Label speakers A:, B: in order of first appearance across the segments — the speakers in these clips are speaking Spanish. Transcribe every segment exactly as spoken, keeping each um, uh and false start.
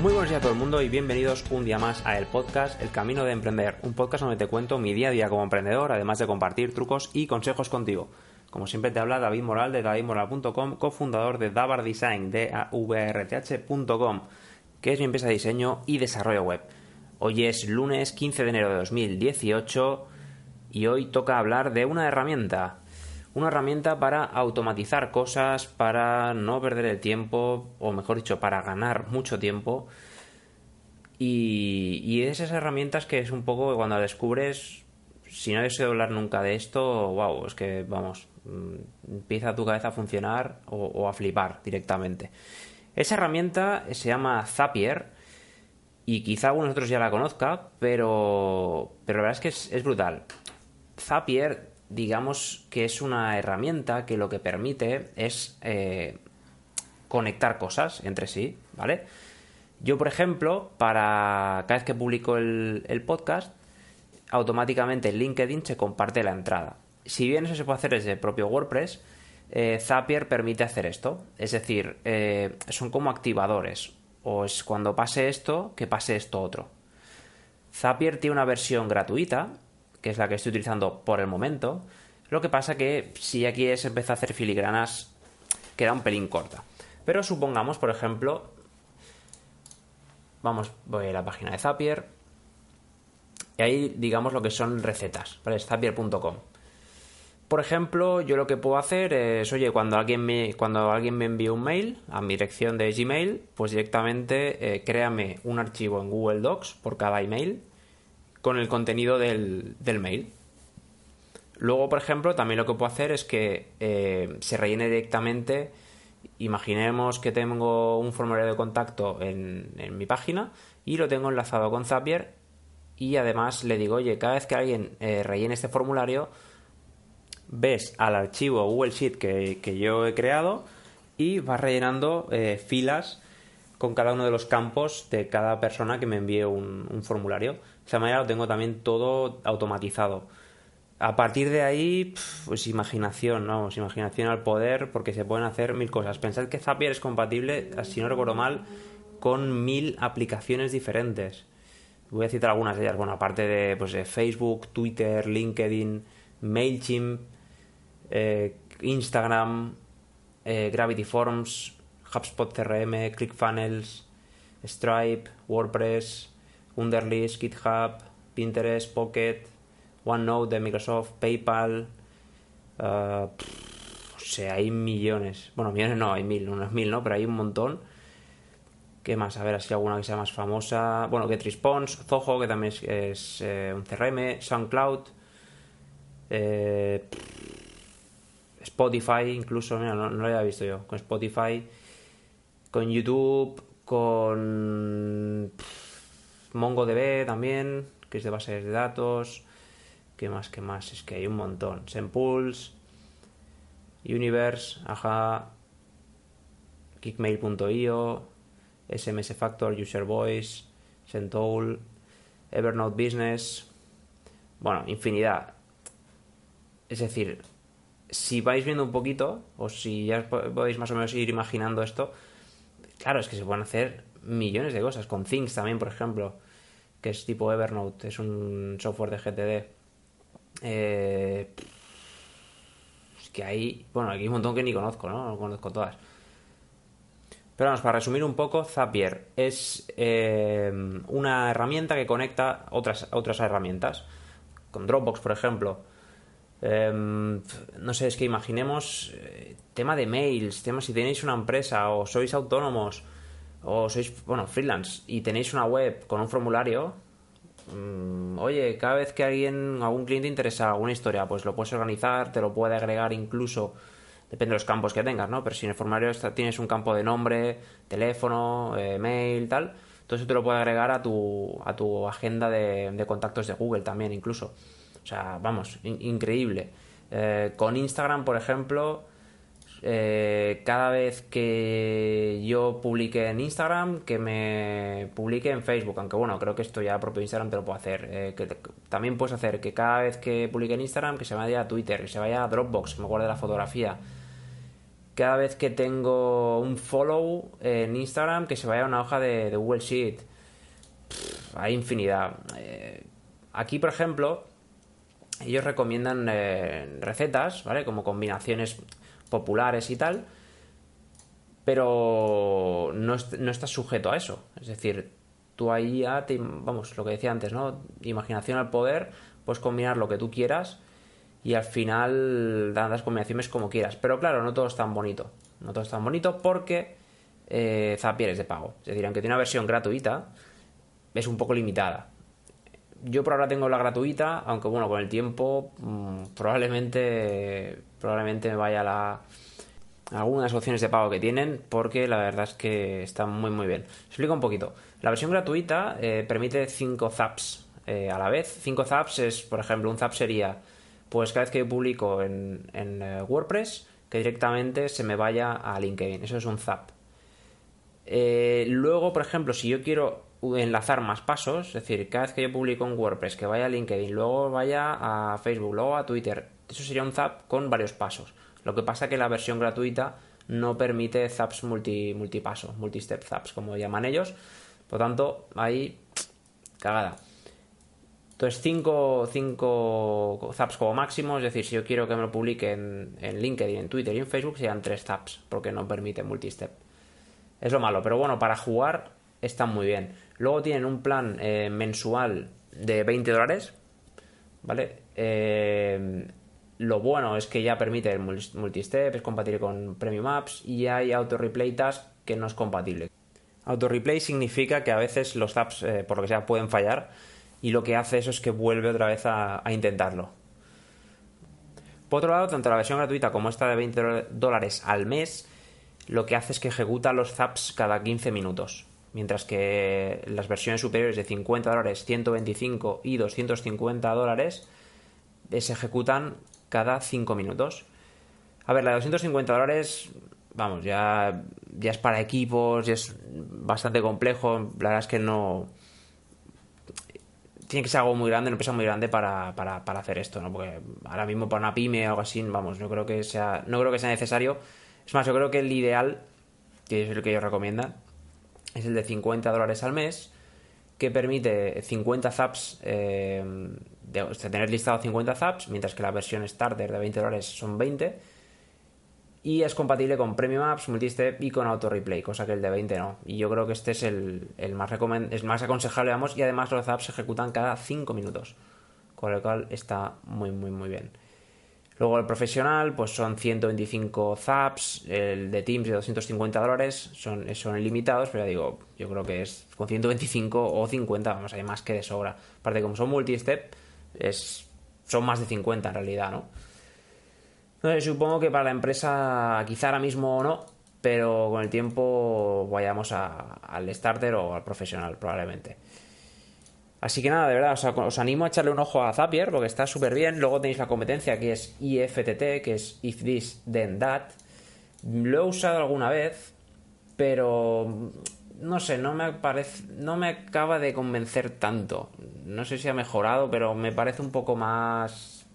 A: Muy buenos días a todo el mundo y bienvenidos un día más a El Podcast, El Camino de Emprender, un podcast donde te cuento mi día a día como emprendedor, además de compartir trucos y consejos contigo. Como siempre te habla David Moral de david moral punto com, cofundador de Davar Design, D A V R T H punto com, que es mi empresa de diseño y desarrollo web. Hoy es lunes quince de enero de dos mil dieciocho y hoy toca hablar de una herramienta. Una herramienta para automatizar cosas, para no perder el tiempo, o mejor dicho, para ganar mucho tiempo. Y, y es esas herramientas que es un poco que cuando descubres, si no has oído hablar nunca de esto, wow, es que, vamos, empieza tu cabeza a funcionar o, o a flipar directamente. Esa herramienta se llama Zapier y quizá algunos otros ya la conozca, pero, pero la verdad es que es, es brutal. Zapier, digamos que es una herramienta que lo que permite es eh, conectar cosas entre sí, ¿vale? Yo, por ejemplo, para cada vez que publico el, el podcast, automáticamente en LinkedIn se comparte la entrada. Si bien eso se puede hacer desde el propio WordPress, eh, Zapier permite hacer esto. Es decir, eh, son como activadores. O es cuando pase esto, que pase esto otro. Zapier tiene una versión gratuita, que es la que estoy utilizando por el momento. Lo que pasa que si ya quieres empezar a hacer filigranas, queda un pelín corta. Pero supongamos, por ejemplo, vamos, voy a la página de Zapier y ahí digamos lo que son recetas, ¿vale? Es zapier punto com. Por ejemplo, yo lo que puedo hacer es, oye, cuando alguien me, cuando alguien me envíe un mail a mi dirección de Gmail, pues directamente eh, créame un archivo en Google Docs por cada email con el contenido del, del mail. Luego, por ejemplo, también lo que puedo hacer es que eh, se rellene directamente. Imaginemos que tengo un formulario de contacto en, en mi página y lo tengo enlazado con Zapier y además le digo, oye, cada vez que alguien eh, rellene este formulario, ves al archivo Google Sheet que, que yo he creado y vas rellenando eh, filas con cada uno de los campos de cada persona que me envíe un, un formulario. De esa manera lo tengo también todo automatizado. A partir de ahí, pues imaginación, ¿no? Pues imaginación al poder, porque se pueden hacer mil cosas. Pensad que Zapier es compatible, si no recuerdo mal, con mil aplicaciones diferentes. Voy a citar algunas de ellas. Bueno, aparte de, pues, de Facebook, Twitter, LinkedIn, MailChimp, eh, Instagram, eh, Gravity Forms, HubSpot C R M, ClickFunnels, Stripe, WordPress, Wunderlist, GitHub, Pinterest, Pocket, OneNote de Microsoft, PayPal, uh, o sea, hay millones. Bueno, millones no, hay mil, unos mil, ¿no? Pero hay un montón. ¿Qué más? A ver, así alguna que sea más famosa. Bueno, GetResponse, Zoho, que también es, es eh, un C R M, SoundCloud, eh, Spotify, incluso, mira, no, no lo había visto yo. Con Spotify, con YouTube, con MongoDB también, que es de bases de datos. ¿Qué más? ¿Qué más? Es que hay un montón. Sempulse, Universe, Aja, Kickmail punto io, S M S Factor, User Voice, Sentool, Evernote Business. Bueno, infinidad. Es decir, si vais viendo un poquito, o si ya podéis más o menos ir imaginando esto, claro, es que se pueden hacer millones de cosas. Con Things también, por ejemplo, que es tipo Evernote, es un software de G T D. Eh, es que hay, bueno, aquí hay un montón que ni conozco, ¿no? No conozco todas. Pero vamos, para resumir un poco, Zapier es eh, una herramienta que conecta otras, otras herramientas. Con Dropbox, por ejemplo. Eh, no sé, es que imaginemos eh, tema de mails, tema si tenéis una empresa o sois autónomos o sois, bueno, freelance y tenéis una web con un formulario. Oye, cada vez que alguien, algún cliente interesa alguna historia, pues lo puedes organizar, te lo puede agregar incluso, depende de los campos que tengas, ¿no? Pero si en el formulario está, tienes un campo de nombre, teléfono, eh, mail, tal, todo eso te lo puede agregar a tu, a tu agenda de, de contactos de Google también incluso. O sea, vamos, in- increíble. Eh, con Instagram, por ejemplo, eh, cada vez que yo publique en Instagram, que me publique en Facebook, aunque bueno, creo que esto ya propio Instagram te lo puedo hacer. Eh, que te, también puedes hacer que cada vez que publique en Instagram, que se vaya a Twitter, que se vaya a Dropbox, que me guarde la fotografía. cada vez que tengo un follow en Instagram, que se vaya a una hoja de, de Google Sheet. Pff, hay infinidad. Eh, aquí, por ejemplo, ellos recomiendan eh, recetas, ¿vale? Como combinaciones populares y tal, pero no, est- no estás sujeto a eso. Es decir, tú ahí ya, te, vamos, lo que decía antes, ¿no? Imaginación al poder, puedes combinar lo que tú quieras y al final dan las combinaciones como quieras. Pero claro, no todo es tan bonito. No todo es tan bonito porque eh, Zapier es de pago. Es decir, aunque tiene una versión gratuita, es un poco limitada. Yo por ahora tengo la gratuita, aunque bueno, con el tiempo mmm, probablemente probablemente me vaya a la algunas opciones de pago que tienen, porque la verdad es que están muy muy bien. Os explico un poquito. La versión gratuita eh, permite cinco zaps eh, a la vez. Cinco zaps es, por ejemplo, un zap sería, pues cada vez que yo publico en, en eh, WordPress, que directamente se me vaya a LinkedIn. Eso es un zap. Eh, luego, por ejemplo, si yo quiero enlazar más pasos, es decir, cada vez que yo publico en WordPress, que vaya a LinkedIn, luego vaya a Facebook, luego a Twitter, eso sería un zap con varios pasos. Lo que pasa es que la versión gratuita no permite zaps multi, multipaso, multi-step zaps, como llaman ellos. Por lo tanto, ahí, cagada. Entonces, cinco zaps como máximo, es decir, si yo quiero que me lo publique en, en LinkedIn, en Twitter y en Facebook, serían tres zaps, porque no permite multi-step. Es lo malo, pero bueno, para jugar están muy bien. Luego tienen un plan eh, mensual de veinte dólares, ¿vale? Eh, lo bueno es que ya permite el multistep, es compatible con Premium Apps y hay Auto Replay Task que no es compatible. Auto Replay significa que a veces los apps, eh, por lo que sea, pueden fallar y lo que hace eso es que vuelve otra vez a, a intentarlo. Por otro lado, tanto la versión gratuita como esta de veinte dólares al mes, lo que hace es que ejecuta los zaps cada quince minutos. Mientras que las versiones superiores de cincuenta dólares, ciento veinticinco y doscientos cincuenta dólares se ejecutan cada cinco minutos. A ver, la de doscientos cincuenta dólares, vamos, ya, ya es para equipos, ya es bastante complejo. La verdad es que no... Tiene que ser algo muy grande, una empresa muy grande para, para, para hacer esto, ¿no? Porque ahora mismo para una pyme o algo así, vamos, no creo que sea, no creo que sea necesario. Es más, yo creo que el ideal, que es el que ellos recomiendan, es el de cincuenta dólares al mes, que permite cincuenta zaps, eh, de, o sea, tener listado cincuenta zaps, mientras que la versión starter de veinte dólares son veinte, y es compatible con Premium Apps, Multistep y con Auto Replay, cosa que el de veinte no. Y yo creo que este es el, el más recomend es más aconsejable, vamos, y además los zaps se ejecutan cada cinco minutos, con lo cual está muy muy muy bien. Luego el profesional, pues son ciento veinticinco zaps, el de Teams de doscientos cincuenta dólares, son, son ilimitados, pero ya digo, yo creo que es con ciento veinticinco o cincuenta, vamos, hay más que de sobra. Aparte, como son multi-step, es, son más de cincuenta en realidad, ¿no? Entonces, supongo que para la empresa, quizá ahora mismo no, pero con el tiempo vayamos a, al starter o al profesional, probablemente. Así que nada, de verdad, os, os animo a echarle un ojo a Zapier porque está súper bien. Luego tenéis la competencia que es I F T T, que es If This Then That. Lo he usado alguna vez, pero no sé, no me parece, no me acaba de convencer tanto. No sé si ha mejorado, pero me parece un poco más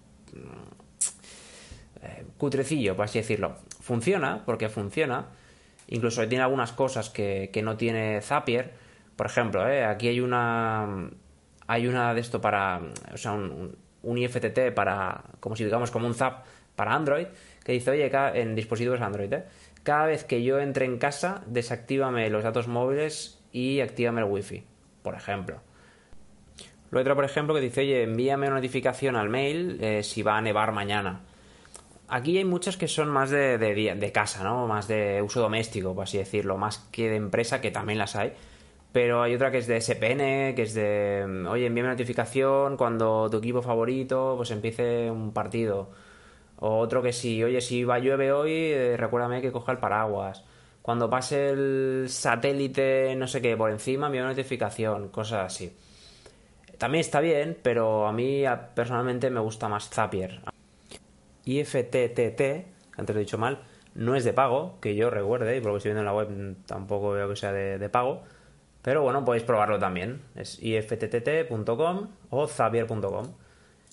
A: eh, cutrecillo, por así decirlo. Funciona, porque funciona. Incluso tiene algunas cosas que, que no tiene Zapier. Por ejemplo, eh, aquí hay una hay una de esto para, o sea, un, un I F T T para, como si digamos como un Zap para Android, que dice, oye, cada, en dispositivos Android, ¿eh? Cada vez que yo entre en casa, desactívame los datos móviles y actívame el wifi, por ejemplo. Lo otro, por ejemplo, que dice, oye, envíame una notificación al mail eh, si va a nevar mañana. Aquí hay muchas que son más de, de, de casa, ¿no? Más de uso doméstico, por así decirlo, más que de empresa, que también las hay. Pero hay otra que es de S P N, que es de, oye, envíame notificación cuando tu equipo favorito pues empiece un partido. O otro que sí, oye, si va llueve hoy, eh, recuérdame que coja el paraguas. Cuando pase el satélite, no sé qué, por encima, envíame una notificación, cosas así. También está bien, pero a mí personalmente me gusta más Zapier. I F T T T, antes lo he dicho mal, no es de pago, que yo recuerde, y por lo que estoy viendo en la web tampoco veo que sea de, de pago. Pero bueno, podéis probarlo también. Es i f t t t punto com o zapier punto com.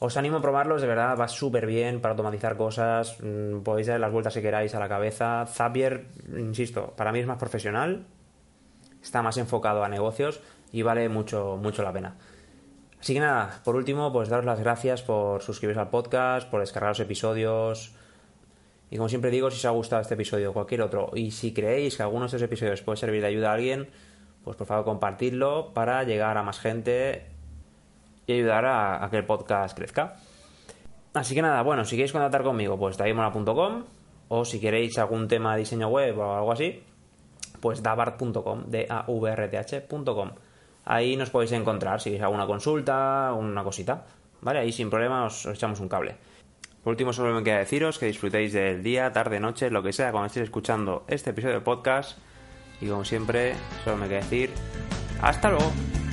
A: Os animo a probarlos, de verdad, va súper bien para automatizar cosas, mmm, podéis dar las vueltas que queráis a la cabeza. Zapier, insisto, para mí es más profesional, está más enfocado a negocios y vale mucho, mucho la pena. Así que nada, por último, pues daros las gracias por suscribiros al podcast, por descargar los episodios. Y como siempre digo, si os ha gustado este episodio o cualquier otro, y si creéis que alguno de estos episodios puede servir de ayuda a alguien, pues por favor compartidlo para llegar a más gente y ayudar a, a que el podcast crezca. Así que nada, bueno, si queréis contactar conmigo, pues davidmola punto com, o si queréis algún tema de diseño web o algo así, pues davart punto com, d a v r t h punto com. Ahí nos podéis encontrar si queréis alguna consulta, una cosita, ¿vale? Ahí sin problema os, os echamos un cable. Por último, solo me queda deciros que disfrutéis del día, tarde, noche, lo que sea, cuando estéis escuchando este episodio del podcast. Y como siempre, solo me queda decir, ¡hasta luego!